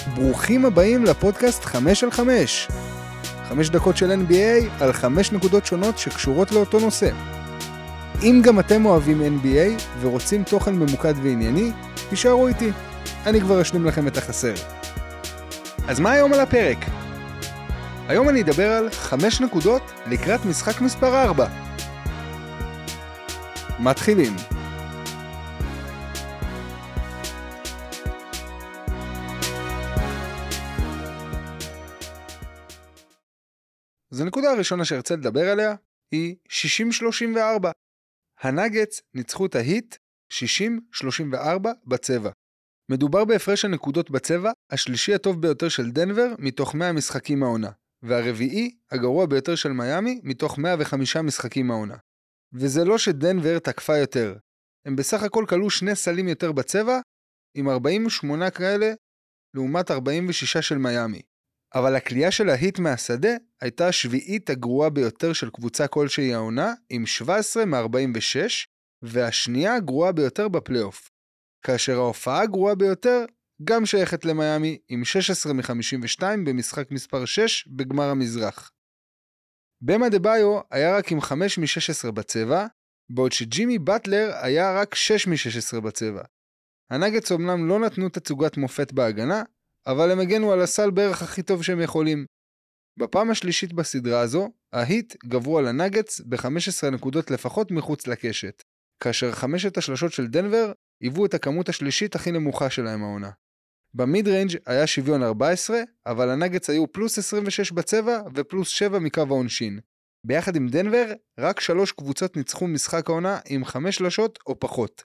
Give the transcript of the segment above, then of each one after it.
ברוכים הבאים לפודקאסט 5 על 5. 5 דקות של NBA על 5 נקודות שונות שקשורות לאותו נושא. אם גם אתם אוהבים NBA ורוצים תוכן ממוקד וענייני, תישארו איתי. אני כבר אשלים לכם את החסר. אז מה היום על הפרק? היום אני אדבר על 5 נקודות לקראת משחק מספר 4. מתחילים. אז הנקודה הראשונה שארצה לדבר עליה היא 60-34. הנאגטס ניצחו את ההיט 60-34 בצבע. מדובר בהפרש הנקודות בצבע השלישי הטוב ביותר של דנבר מתוך 100 משחקים מהעונה, והרביעי הגרוע ביותר של מיאמי מתוך 105 משחקים מהעונה. וזה לא שדנבר תקפה יותר. הם בסך הכל כלו 2 סלים יותר בצבע, עם 48 כאלה לעומת 46 של מיאמי. אבל הקליעה של ההיט מהשדה הייתה השביעית הגרועה ביותר של קבוצה כלשהי העונה, עם 17 מ-46, והשנייה הגרועה ביותר בפלייאוף. כאשר ההופעה הגרועה ביותר גם שייכת למיאמי, עם 16 מ-52 במשחק מספר 6 בגמר המזרח. במה דבאיו היה רק עם 5 מ-16 בצבע, בעוד שג'ימי באטלר היה רק 6 מ-16 בצבע. הנאגטס אומנם לא נתנו תצוגת מופת בהגנה, אבל הם הגנו על הסל בערך הכי טוב שהם יכולים. בפעם השלישית בסדרה הזו, ההיט גברו על הנאגטס ב-15 נקודות לפחות מחוץ לקשת, כאשר 5 השלשות של דנבר היוו את הכמות השלישית הכי נמוכה שלהם העונה. במיד ריינג' היה שוויון 14, אבל הנאגטס היו פלוס 26 בצבע ופלוס 7 מקו העונשין. ביחד עם דנבר, רק 3 קבוצות ניצחו משחק העונה עם 5 שלשות או פחות.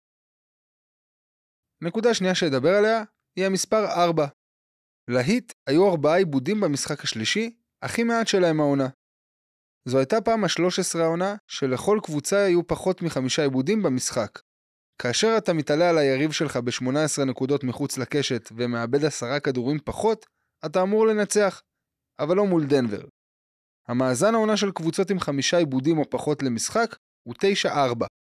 נקודה שנייה שדבר עליה היא המספר 4. להיט היו 4 עיבודים במשחק השלישי, הכי מעט שלהם העונה. זו הייתה פעם ה-13 העונה שלכל קבוצה היו פחות מ5 עיבודים במשחק. כאשר אתה מתעלה על היריב שלך ב-18 נקודות מחוץ לקשת ומאבד 10 כדורים פחות, אתה אמור לנצח, אבל לא מול דנבר. המאזן העונה של קבוצות עם 5 עיבודים או פחות למשחק הוא 9-4.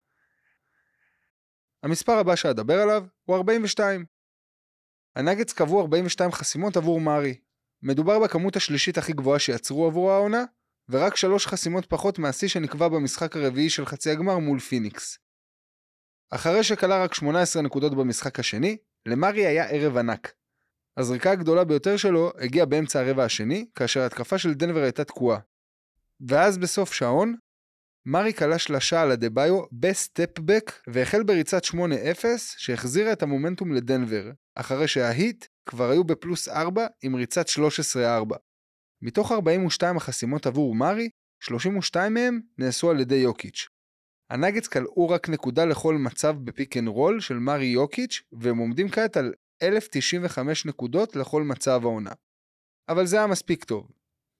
המספר הבא שאדבר עליו הוא 42. הנאגטס קבעו 42 חסימות עבור מארי. מדובר בכמות השלישית הכי גבוהה שיצרו עבור העונה, ורק 3 חסימות פחות מהשיא שנקבע במשחק הרביעי של חצי הגמר מול פיניקס. אחרי שקלה רק 18 נקודות במשחק השני, למארי היה ערב ענק. הזריקה הגדולה ביותר שלו הגיעה באמצע הרבע השני, כאשר התקפה של דנבר הייתה תקועה. ואז בסוף שעון, מארי קלה שלשה על אדבאיו בסטפבק, והחל בריצת 8-0 שהחזירה את המומנטום לדנבר, אחרי שההיט כבר היו בפלוס 4 עם ריצת 13-4. מתוך 42 החסימות עבור מארי, 32 מהם נעשו על ידי יוקיץ'. הנאגטס קלעו רק נקודה לכל מצב בפיק אנד רול של מארי יוקיץ', והם עומדים כעת על 1095 נקודות לכל מצב העונה. אבל זה היה מספיק טוב.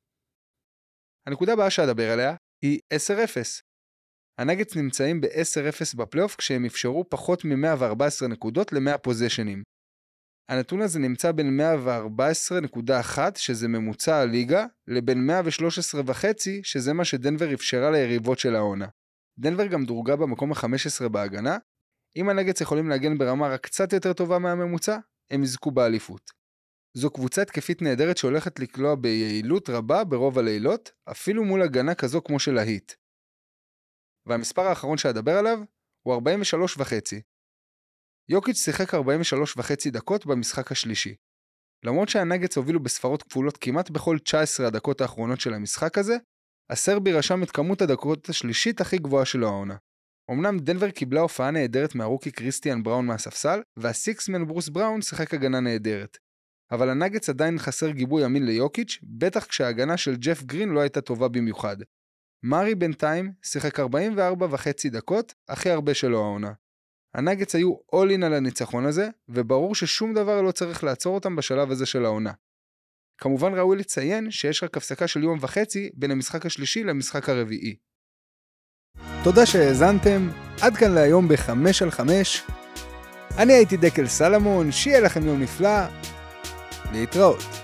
הנקודה הבאה שאדבר עליה היא 10-0. הנאגטס נמצאים ב-10-0 בפלייאוף כשהם אפשרו פחות מ-114 נקודות ל-100 פוזיישנים. הנתון הזה נמצא בין 114.1 שזה ממוצע הליגה, לבין 113.5 שזה מה שדנבר אפשרה ליריבות של העונה. דנבר גם דורגה במקום ה-15 בהגנה. אם הנאגטס יכולים להגן ברמה רק קצת יותר טובה מהממוצע, הם יזכו באליפות. זו קבוצה התקפית נהדרת שהולכת לקלוע ביעילות רבה ברוב הלילות, אפילו מול הגנה כזו כמו של ההיט. והמספר האחרון שאדבר עליו הוא 43.5. יוקיץ' שיחק 43.5 דקות במשחק השלישי. למרות שהנאגטס הובילו בספרות כפולות כמעט בכל 19 הדקות האחרונות של המשחק הזה, הסרבי רשם את כמות הדקות השלישית הכי גבוהה של העונה. אמנם דנבר קיבלה הופעה נהדרת מהרוקי קריסטיאן בראון מהספסל, והסיקסמן ברוס בראון שיחק הגנה נהדרת. אבל הנאגטס עדיין חסר גיבוי אמין ליוקיץ', בטח כשההגנה של ג'ף גרין לא הייתה טובה במיוחד. מארי בינתיים שיחק 44.5 דקות, הכי הרבה שלו העונה. הנאגטס היו all in על הניצחון הזה, וברור ששום דבר לא צריך לעצור אותם בשלב הזה של העונה. כמובן ראוי לציין שיש רק הפסקה של יום וחצי בין המשחק השלישי למשחק הרביעי. תודה שהאזנתם, עד כאן להיום ב5 על 5. אני הייתי דקל סלמון, שיהיה לכם יום נפלא, להתראות.